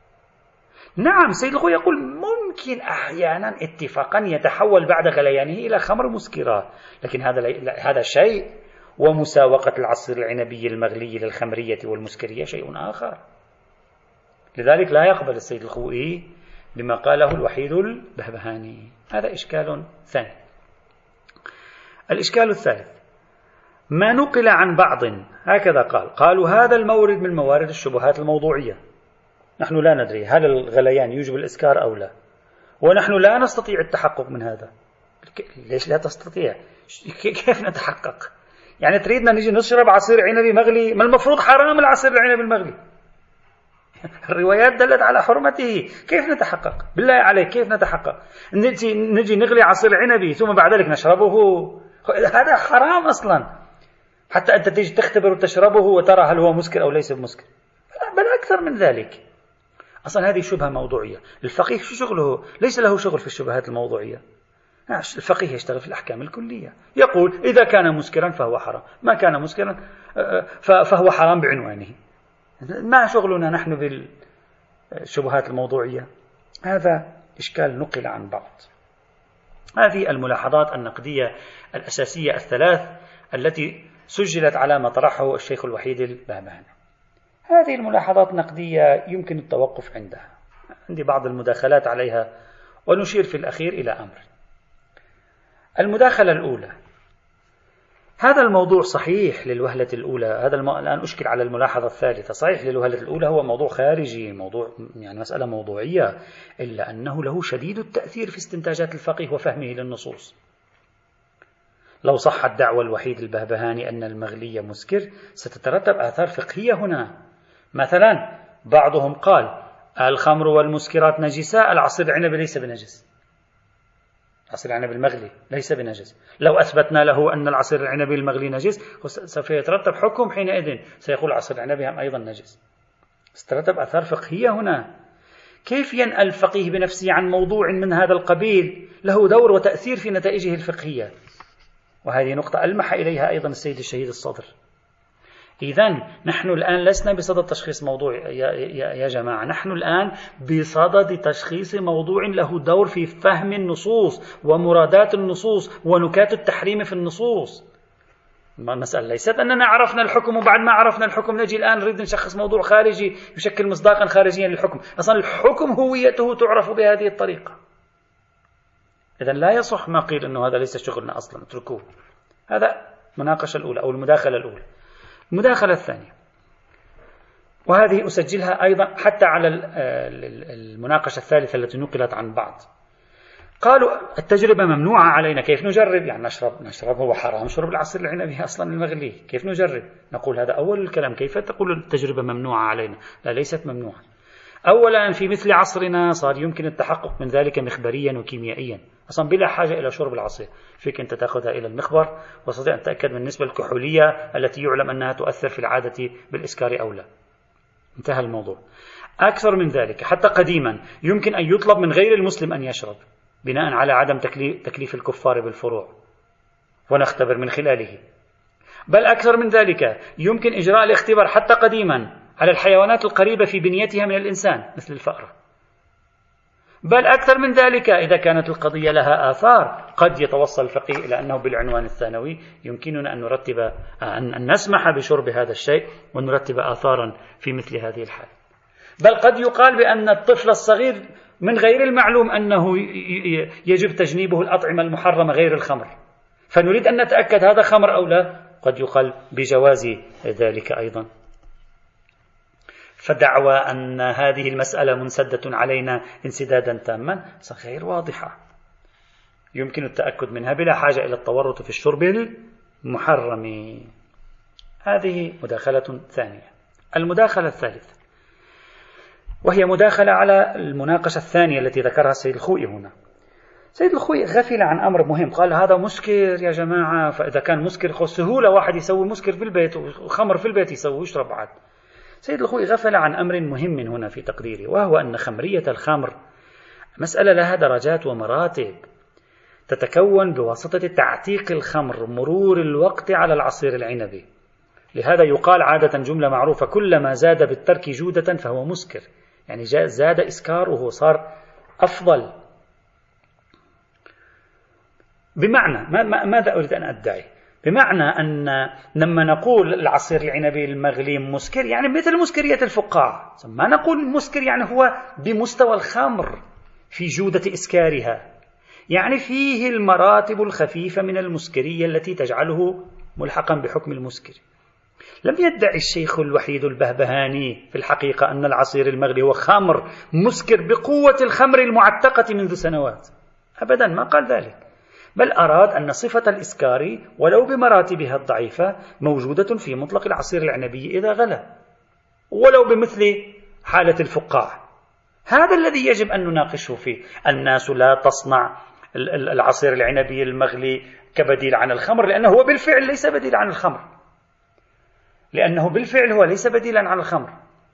نعم سيد الخوي يقول ممكن أحيانا اتفاقا يتحول بعد غليانه إلى خمر مسكرة، لكن هذا هذا شيء، ومساوقة العصير العنبي المغلي للخمرية والمسكرية شيء آخر. لذلك لا يقبل السيد الخوئي بما قاله الوحيد البهبهاني. هذا إشكال ثاني. الإشكال الثالث ما نقل عن بعض هكذا قال قالوا هذا المورد من موارد الشبهات الموضوعية، نحن لا ندري هل الغليان يوجب الإسكار أو لا، ونحن لا نستطيع التحقق من هذا. ليش لا تستطيع؟ كيف نتحقق؟ يعني تريدنا نجي نشرب عصير عنبي مغلي؟ ما المفروض حرام العصير العنبي المغلي، الروايات دلت على حرمته، كيف نتحقق؟ بالله عليك كيف نتحقق؟ نجي, نجي نغلي عصير عنبي ثم بعد ذلك نشربه؟ هذا حرام أصلا، حتى أنت تيجي تختبر وتشربه وترى هل هو مسكر أو ليس بمسكر، بل أكثر من ذلك. أصلا هذه شبهة موضوعية. الفقيه شو شغله؟ ليس له شغل في الشبهات الموضوعية. الفقيه يشتغل في الأحكام الكلية، يقول إذا كان مسكرا فهو حرام، ما كان مسكرا فهو حرام بعنوانه. ما شغلنا نحن بالشبهات الموضوعية. هذا إشكال نقل عن بعض. هذه الملاحظات النقدية الأساسية الثلاث التي سجلت على ما طرحه الشيخ الوحيد البهبهاني. هذه الملاحظات النقدية يمكن التوقف عندها، عندي بعض المداخلات عليها، ونشير في الأخير إلى أمر. المداخلة الأولى، هذا الموضوع صحيح للوهلة الأولى، هذا الم... الآن أشكل على الملاحظة الثالثة، صحيح للوهلة الأولى هو موضوع خارجي، موضوع يعني مسألة موضوعية، إلا أنه له شديد التأثير في استنتاجات الفقيه وفهمه للنصوص. لو صح الدعوة الوحيد البهبهاني أن المغلي مسكر ستترتب آثار فقهية هنا. مثلا بعضهم قال الخمر والمسكرات نجسة، العصير العنبي ليس بنجس، العصير العنبي المغلي ليس بنجس. لو أثبتنا له أن العصير العنبي المغلي نجس سوف يترتب حكم، حينئذ سيقول العصير العنبي هم أيضا نجس. ستترتب آثار فقهية هنا. كيف ينأل الفقيه بنفسه عن موضوع من هذا القبيل له دور وتأثير في نتائجه الفقهية؟ وهذه نقطة ألمح إليها أيضا السيد الشهيد الصدر. إذن نحن الآن لسنا بصدد تشخيص موضوع يا, يا, يا جماعة، نحن الآن بصدد تشخيص موضوع له دور في فهم النصوص ومرادات النصوص ونكات التحريم في النصوص. المسألة ليست أننا عرفنا الحكم وبعد ما عرفنا الحكم نجي الآن نريد نشخص موضوع خارجي يشكل مصداقا خارجيا للحكم. أصلا الحكم هويته تعرف بهذه الطريقة. إذن لا يصح ما قيل أنه هذا ليس شغلنا أصلا، اتركوه. هذا المناقشة الأولى أو المداخلة الأولى. المداخلة الثانية، وهذه أسجلها أيضا حتى على المناقشة الثالثة التي نقلت عن بعض. قالوا التجربة ممنوعة علينا، كيف نجرب؟ يعني نشرب نشرب هو حرام، شرب العصير العنبي أصلا المغلي، كيف نجرب؟ نقول هذا أول الكلام، كيف تقول التجربة ممنوعة علينا؟ لا، ليست ممنوعة. أولا في مثل عصرنا صار يمكن التحقق من ذلك مخبريا وكيميائيا، أصلا بلا حاجة إلى شرب العصير، فيك أنت تأخذها إلى المخبر وتستطيع أن تتأكد من النسبة الكحولية التي يعلم أنها تؤثر في العادة بالإسكار أو لا. انتهى الموضوع. أكثر من ذلك، حتى قديما يمكن أن يطلب من غير المسلم أن يشرب بناء على عدم تكليف, تكليف الكفار بالفروع، ونختبر من خلاله. بل أكثر من ذلك، يمكن إجراء الاختبار حتى قديما على الحيوانات القريبة في بنيتها من الإنسان مثل الفأر. بل أكثر من ذلك، إذا كانت القضية لها آثار قد يتوصل الفقيه إلى أنه بالعنوان الثانوي يمكننا أن نرتب أن نسمح بشرب هذا الشيء ونرتب آثارا في مثل هذه الحالة. بل قد يقال بأن الطفل الصغير من غير المعلوم أنه يجب تجنيبه الأطعمة المحرمة غير الخمر، فنريد أن نتأكد هذا خمر أو لا، قد يقال بجواز ذلك أيضا. فدعوى أن هذه المسألة منسدة علينا انسدادا تاما غير واضحة. يمكن التأكد منها بلا حاجة إلى التورط في الشرب المحرم. هذه مداخلة ثانية. المداخلة الثالثة وهي مداخلة على المناقشة الثانية التي ذكرها السيد الخوئي هنا. سيد الخوئي غفل عن أمر مهم، قال هذا مسكر يا جماعة، فإذا كان مسكر سهولة واحد يسوي مسكر في البيت وخمر في البيت يسوي ويشرب بعد. سيد الخوئي غفل عن أمر مهم هنا في تقديري، وهو أن خمرية الخمر مسألة لها درجات ومراتب تتكون بواسطة تعتيق الخمر مرور الوقت على العصير العنبي. لهذا يقال عادة جملة معروفة: كلما زاد بالترك جودة فهو مسكر، يعني زاد إسكاره صار أفضل. بمعنى ما ماذا أريد أن أدعي؟ بمعنى أن لما نقول العصير العنبي المغلي مسكر يعني مثل مسكرية الفقاعة، ما نقول مسكر يعني هو بمستوى الخمر في جودة إسكارها، يعني فيه المراتب الخفيفة من المسكرية التي تجعله ملحقا بحكم المسكر. لم يدعي الشيخ الوحيد البهبهاني في الحقيقة أن العصير المغلي هو خمر مسكر بقوة الخمر المعتقة منذ سنوات، أبدا ما قال ذلك، بل أراد أن صفة الإسكار ولو بمراتبها الضعيفة موجودة في مطلق العصير العنبي إذا غلى، ولو بمثل حالة الفقاع. هذا الذي يجب أن نناقشه فيه. الناس لا تصنع العصير العنبي المغلي كبديل عن الخمر، لأنه هو بالفعل ليس بديل عن الخمر، لأنه بالفعل هو ليس بديلا عن الخمر،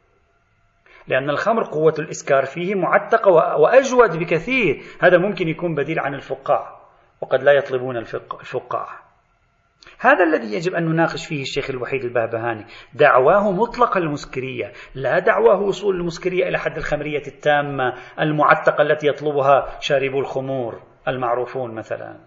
لأن الخمر قوة الإسكار فيه معتقة وأجود بكثير. هذا ممكن يكون بديل عن الفقاع، وقد لا يطلبون الفقاع. هذا الذي يجب أن نناقش فيه الشيخ الوحيد البهبهاني. دعواه مطلق المسكرية، لا دعواه وصول المسكرية إلى حد الخمرية التامة المعتقة التي يطلبها شاربو الخمور المعروفون مثلا.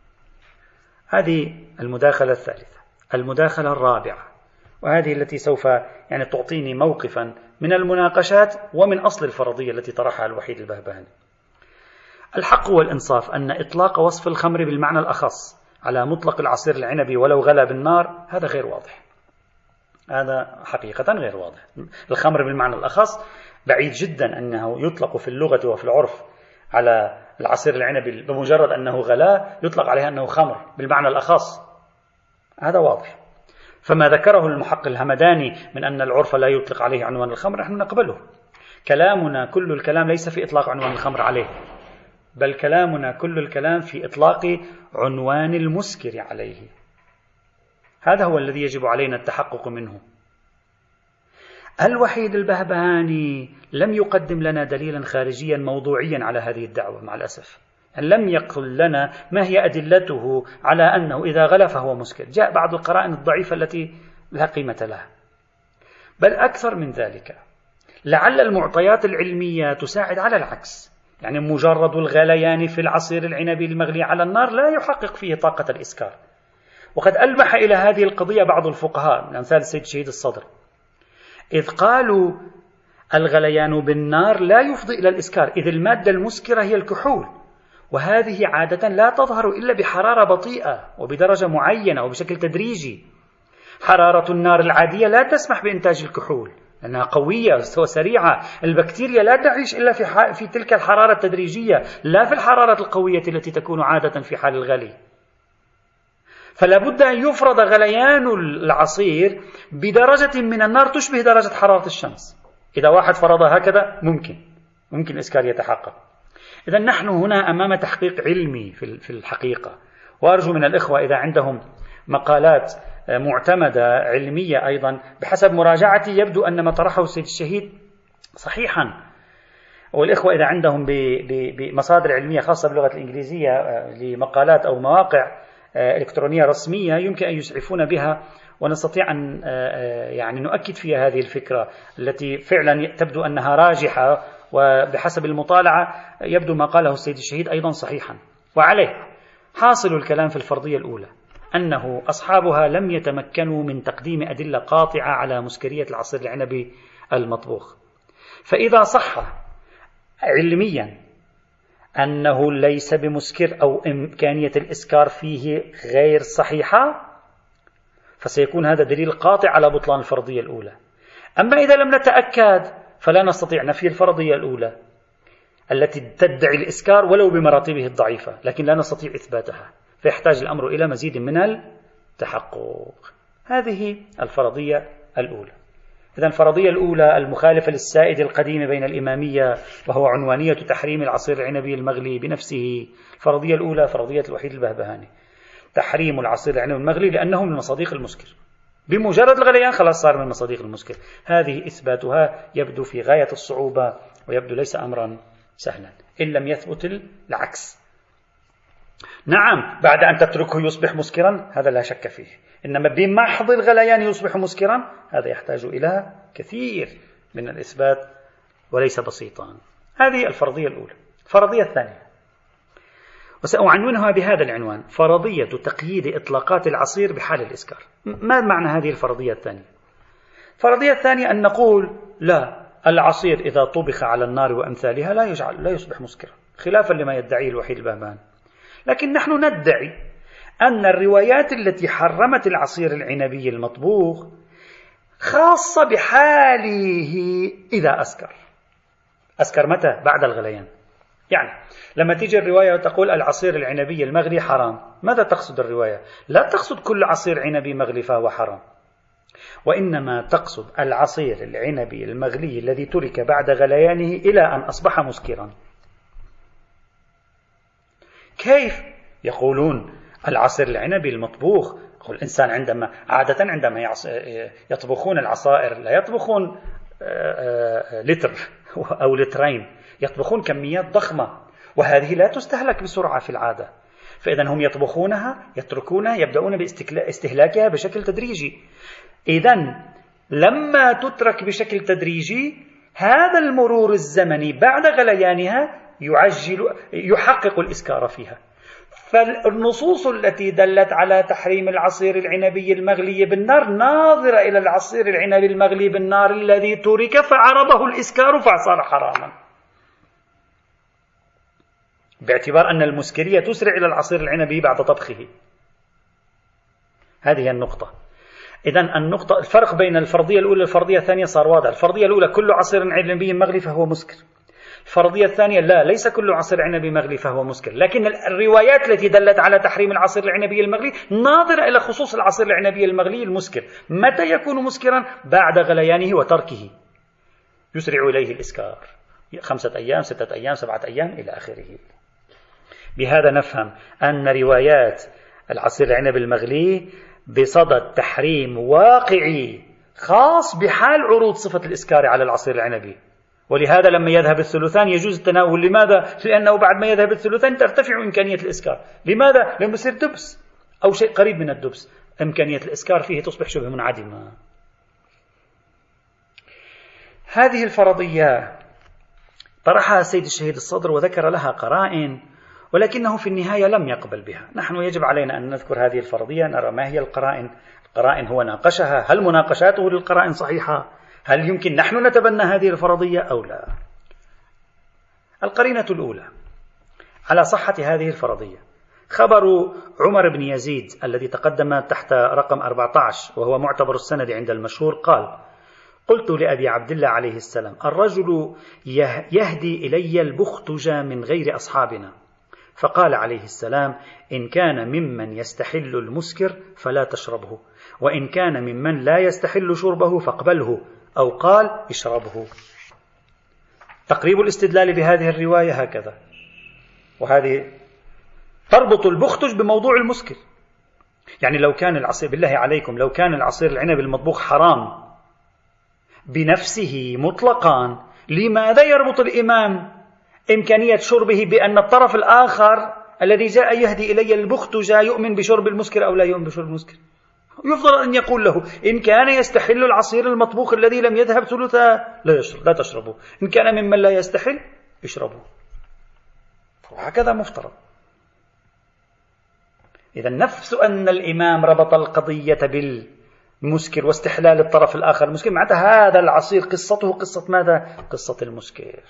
هذه المداخلة الثالثة. المداخلة الرابعة، وهذه التي سوف يعني تعطيني موقفا من المناقشات ومن أصل الفرضية التي طرحها الوحيد البهبهاني. الحق والإنصاف أن إطلاق وصف الخمر بالمعنى الأخص على مطلق العصير العنبي ولو غلى بالنار هذا غير واضح، هذا حقيقة غير واضح. الخمر بالمعنى الأخص بعيد جدا أنه يطلق في اللغة وفي العرف على العصير العنبي بمجرد أنه غلا يطلق عليه أنه خمر بالمعنى الأخص، هذا واضح. فما ذكره المحقق الهمداني من أن العرف لا يطلق عليه عنوان الخمر نحن نقبله. كلامنا كل الكلام ليس في إطلاق عنوان الخمر عليه، بل كلامنا كل الكلام في إطلاق عنوان المسكر عليه. هذا هو الذي يجب علينا التحقق منه. الوحيد البهبهاني لم يقدم لنا دليلا خارجيا موضوعيا على هذه الدعوة مع الأسف، لم يقل لنا ما هي أدلته على أنه إذا غلى فهو مسكر. جاء بعض القرائن الضعيفة التي لا قيمة لها، بل أكثر من ذلك، لعل المعطيات العلمية تساعد على العكس. يعني مجرد الغليان في العصير العنبي المغلي على النار لا يحقق فيه طاقة الإسكار. وقد ألمح إلى هذه القضية بعض الفقهاء من أمثال السيد شهيد الصدر، إذ قالوا الغليان بالنار لا يفضي إلى الإسكار، إذ المادة المسكرة هي الكحول، وهذه عادة لا تظهر إلا بحرارة بطيئة وبدرجة معينة وبشكل تدريجي. حرارة النار العادية لا تسمح بإنتاج الكحول لأنها قوية وسريعة. البكتيريا لا تعيش إلا في, في تلك الحرارة التدريجية، لا في الحرارة القوية التي تكون عادة في حال الغلي. فلا بد أن يفرض غليان العصير بدرجة من النار تشبه درجة حرارة الشمس. إذا واحد فرض هكذا ممكن ممكن الإسكار يتحقق. إذا نحن هنا أمام تحقيق علمي في الحقيقة، وأرجو من الإخوة إذا عندهم مقالات معتمدة علمية أيضا بحسب مراجعتي يبدو أن ما طرحه السيد الشهيد صحيحا، والإخوة إذا عندهم بمصادر علمية خاصة باللغة الإنجليزية لمقالات أو مواقع إلكترونية رسمية يمكن أن يسعفون بها، ونستطيع أن يعني نؤكد فيها هذه الفكرة التي فعلا تبدو أنها راجحة، وبحسب المطالعة يبدو ما قاله السيد الشهيد أيضا صحيحا. وعليه حاصل الكلام في الفرضية الأولى أنه أصحابها لم يتمكنوا من تقديم أدلة قاطعة على مسكرية العصير العنبي المطبوخ. فإذا صح علميا أنه ليس بمسكر أو إمكانية الإسكار فيه غير صحيحة فسيكون هذا دليل قاطع على بطلان الفرضية الأولى. أما إذا لم نتأكد فلا نستطيع نفي الفرضية الأولى. التي تدعي الإسكار ولو بمراتبه الضعيفة، لكن لا نستطيع إثباتها، فيحتاج الأمر إلى مزيد من التحقق. هذه الفرضية الأولى. إذن الفرضية الأولى المخالفة للسائد القديم بين الإمامية، وهو عنوانية تحريم العصير العنبي المغلي بنفسه. الفرضية الأولى فرضية الوحيد البهبهاني، تحريم العصير العنبي المغلي لأنه من مصادق المسكر، بمجرد الغليان خلاص صار من مصادق المسكر. هذه إثباتها يبدو في غاية الصعوبة، ويبدو ليس أمرا سهلا إن لم يثبت العكس. نعم، بعد أن تتركه يصبح مسكرا، هذا لا شك فيه، إنما بمحض الغليان يصبح مسكرا، هذا يحتاج إلى كثير من الإثبات وليس بسيطا. هذه الفرضية الأولى. الفرضية الثانية، وسأعنونها بهذا العنوان: فرضية تقييد إطلاقات العصير بحال الإسكار. ما معنى هذه الفرضية الثانية؟ الفرضية الثانية أن نقول لا، العصير إذا طبخ على النار وأمثالها لا يجعل لا يصبح مسكرا، خلافا لما يدعيه الوحيد البهبهاني. لكن نحن ندعي أن الروايات التي حرمت العصير العنبي المطبوخ خاصة بحاله إذا أسكر. أسكر متى؟ بعد الغليان. يعني لما تيجي الرواية وتقول العصير العنبي المغلي حرام، ماذا تقصد الرواية؟ لا تقصد كل عصير عنبي مغلي فهو حرام، وإنما تقصد العصير العنبي المغلي الذي ترك بعد غليانه إلى أن أصبح مسكرا. كيف؟ يقولون العصير العنبي المطبوخ، الإنسان عندما عادة عندما يطبخون العصائر لا يطبخون لتر أو لترين، يطبخون كميات ضخمة، وهذه لا تستهلك بسرعة في العادة، فإذا هم يطبخونها يتركونها يبدأون باستهلاكها بشكل تدريجي. إذن لما تترك بشكل تدريجي، هذا المرور الزمني بعد غليانها يعجل يحقق الإسكار فيها. فالنصوص التي دلت على تحريم العصير العنبي المغلي بالنار ناظرة إلى العصير العنبي المغلي بالنار الذي ترك فعرضه الإسكار فصار حراما، باعتبار أن المسكرية تسرع إلى العصير العنبي بعد طبخه. هذه النقطة. إذن النقطة الفرق بين الفرضية الأولى والفرضية الثانية صار واضح. الفرضية الأولى كل عصير عنبي مغلي فهو مسكر. الفرضية الثانية لا، ليس كل عصير عنبي مغلي فهو مسكر، لكن الروايات التي دلت على تحريم العصير العنبي المغلي ناظرة إلى خصوص العصير العنبي المغلي المسكر. متى يكون مسكرا؟ بعد غليانه وتركه، يسرع إليه الإسكار، خمسة أيام، ستة أيام، سبعة أيام إلى آخره. بهذا نفهم أن روايات العصير العنبي المغلي بصدد تحريم واقعي خاص بحال عروض صفة الإسكار على العصير العنبي، ولهذا لما يذهب الثلثان يجوز التناول. لماذا؟ لأنه بعد ما يذهب الثلثان ترتفع إمكانية الإسكار. لماذا؟ لأنه يصير دبس أو شيء قريب من الدبس، إمكانية الإسكار فيه تصبح شبه منعدمة. هذه الفرضية طرحها السيد الشهيد الصدر وذكر لها قرائن، ولكنه في النهاية لم يقبل بها. نحن يجب علينا أن نذكر هذه الفرضية، نرى ما هي القرائن. القرائن هو ناقشها، هل مناقشاته للقرائن صحيحة؟ هل يمكن نحن نتبنى هذه الفرضية أو لا؟ القرينة الأولى على صحة هذه الفرضية خبر عمر بن يزيد الذي تقدم تحت رقم أربعة عشر، وهو معتبر السند عند المشهور. قال: قلت لأبي عبد الله عليه السلام: الرجل يهدي إلي البختج من غير أصحابنا. فقال عليه السلام: إن كان ممن يستحل المسكر فلا تشربه، وإن كان ممن لا يستحل شربه فاقبله، أو قال: اشربه. تقريب الاستدلال بهذه الرواية هكذا، وهذه تربط البختج بموضوع المسكر. يعني لو كان العصير، بالله عليكم، لو كان العصير العنب المطبوخ حرام بنفسه مطلقا، لماذا يربط الإمام إمكانية شربه بأن الطرف الآخر الذي جاء يهدي إلي البختج يؤمن بشرب المسكر أو لا يؤمن بشرب المسكر؟ يفضل أن يقول له: إن كان يستحل العصير المطبوخ الذي لم يذهب ثلثا لا, لا تشربه، إن كان ممن لا يستحل اشربه. وهكذا مفترض. إذا نفس أن الإمام ربط القضية بالمسكر واستحلال الطرف الآخر المسكر، معناتها هذا العصير قصته قصة ماذا؟ قصة المسكر.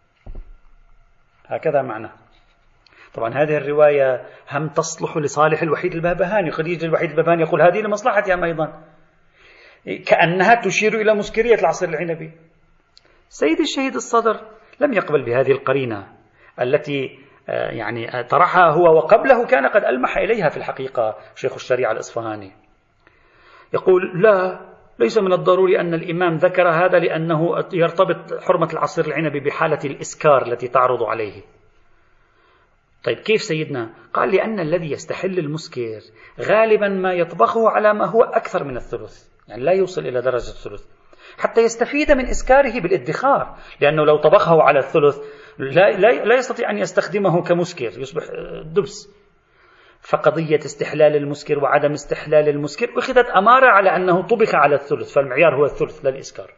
هكذا معناه. طبعا هذه الرواية هم تصلح لصالح الوحيد البهبهاني. خديج الوحيد البهبهاني يقول هذه لمصلحتهم أيضا، كأنها تشير إلى مسكرية العصير العنبي. سيد الشهيد الصدر لم يقبل بهذه القرينة، التي يعني طرحها هو وقبله كان قد ألمح إليها في الحقيقة شيخ الشريعة الإصفهاني. يقول لا، ليس من الضروري أن الإمام ذكر هذا لأنه يرتبط حرمة العصير العنبي بحالة الإسكار التي تعرض عليه. طيب كيف سيدنا؟ قال لأن الذي يستحل المسكر غالبا ما يطبخه على ما هو أكثر من الثلث، يعني لا يوصل إلى درجة الثلث، حتى يستفيد من إسكاره بالادخار، لأنه لو طبخه على الثلث لا, لا, لا يستطيع أن يستخدمه كمسكر، يصبح دبس. فقضية استحلال المسكر وعدم استحلال المسكر أخذت أمارة على أنه طبخ على الثلث، فالمعيار هو الثلث لا الإسكار.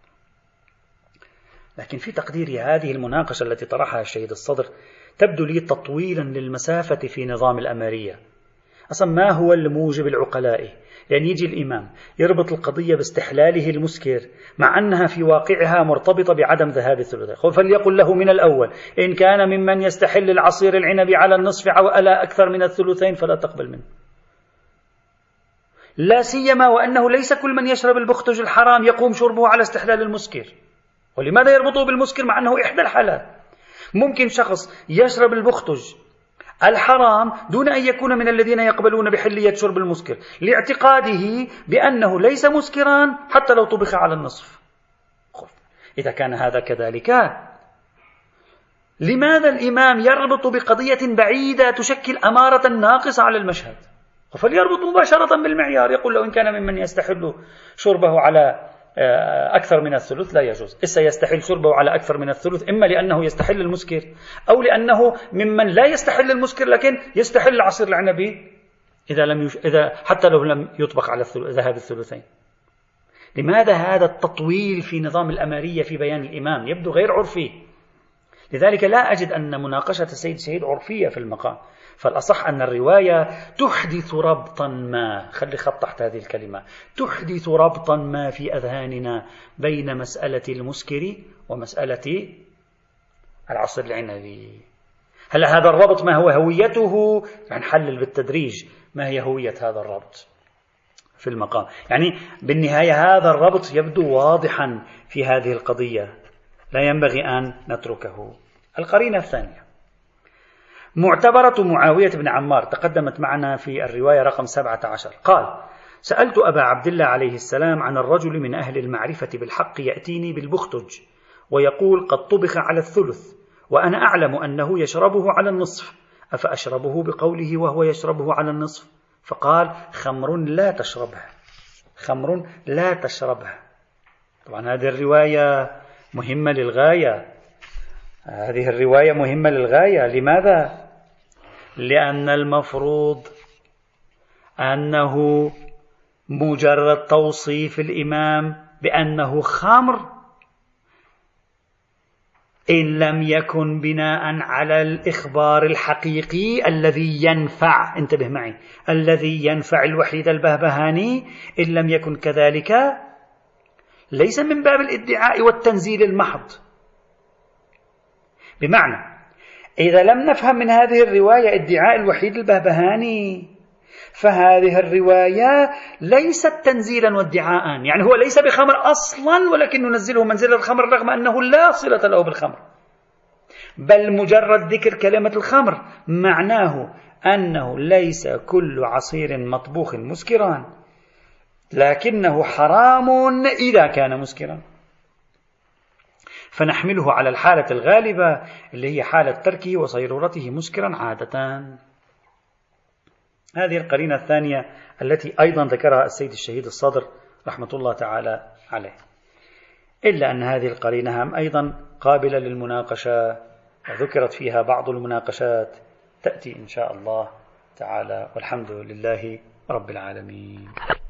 لكن في تقديري هذه المناقشة التي طرحها الشهيد الصدر تبدو لي تطويلا للمسافة في نظام الأمارية. أصلا ما هو الموجب العقلائي؟ يعني يجي الإمام يربط القضية باستحلاله المسكر مع أنها في واقعها مرتبطة بعدم ذهاب الثلث، فليقل له من الأول إن كان ممن يستحل العصير العنبي على النصف أو على أكثر من الثلثين فلا تقبل منه، لا سيما وأنه ليس كل من يشرب البختج الحرام يقوم شربه على استحلال المسكر. ولماذا يربطه بالمسكر مع أنه إحدى الحالات؟ ممكن شخص يشرب البختج الحرام دون أن يكون من الذين يقبلون بحلية شرب المسكر لاعتقاده بأنه ليس مسكرا حتى لو طبخ على النصف. إذا كان هذا كذلك، لماذا الإمام يربط بقضية بعيدة تشكل أمارة ناقصة على المشهد؟ فليربط مباشرة بالمعيار، يقول له إن كان ممن يستحل شربه على أكثر من الثلث لا يجوز. إسا يستحل شربه على أكثر من الثلث إما لأنه يستحل المسكر أو لأنه ممن لا يستحل المسكر لكن يستحل العصير العنبي إذا لم يش... إذا حتى لو لم يطبخ على الثل... ذهاب الثلثين. لماذا هذا التطويل في نظام الأمارية في بيان الإمام؟ يبدو غير عرفي. لذلك لا أجد أن مناقشة السيد الشهيد عرفية في المقام، فالأصح أن الرواية تحدث ربطا ما، خلي خط تحت هذه الكلمة، تحدث ربطا ما في أذهاننا بين مسألة المسكر ومسألة العصير العنبي. هل هذا الربط ما هو هويته؟ يعني نحلل بالتدريج ما هي هوية هذا الربط في المقام. يعني بالنهاية هذا الربط يبدو واضحا في هذه القضية، لا ينبغي أن نتركه. القرينة الثانية معتبرة معاوية بن عمار تقدمت معنا في الرواية رقم سبعة عشر. قال: سألت أبا عبد الله عليه السلام عن الرجل من أهل المعرفة بالحق يأتيني بالبختج ويقول قد طبخ على الثلث وأنا أعلم أنه يشربه على النصف، أفأشربه بقوله وهو يشربه على النصف؟ فقال: خمر لا تشربه، خمر لا تشربه. طبعا هذه الرواية مهمة للغاية، هذه الرواية مهمة للغاية. لماذا؟ لأن المفروض أنه مجرد توصيف الإمام بأنه خمر إن لم يكن بناء على الإخبار الحقيقي الذي ينفع، انتبه معي، الذي ينفع الوحيد البهبهاني، إن لم يكن كذلك ليس من باب الادعاء والتنزيل المحض. بمعنى إذا لم نفهم من هذه الرواية ادعاء الوحيد البهبهاني فهذه الرواية ليست تنزيلا وادعاء، يعني هو ليس بخمر أصلا ولكن ننزله منزلة الخمر رغم أنه لا صلة له بالخمر، بل مجرد ذكر كلمة الخمر معناه أنه ليس كل عصير مطبوخ مسكرا لكنه حرام إذا كان مسكرا، فنحمله على الحالة الغالبة اللي هي حالة تركه وصيرورته مسكرا عادة. هذه القرينة الثانية التي أيضا ذكرها السيد الشهيد الصدر رحمة الله تعالى عليه، إلا أن هذه القرينة هم أيضا قابلة للمناقشة وذكرت فيها بعض المناقشات تأتي إن شاء الله تعالى، والحمد لله رب العالمين.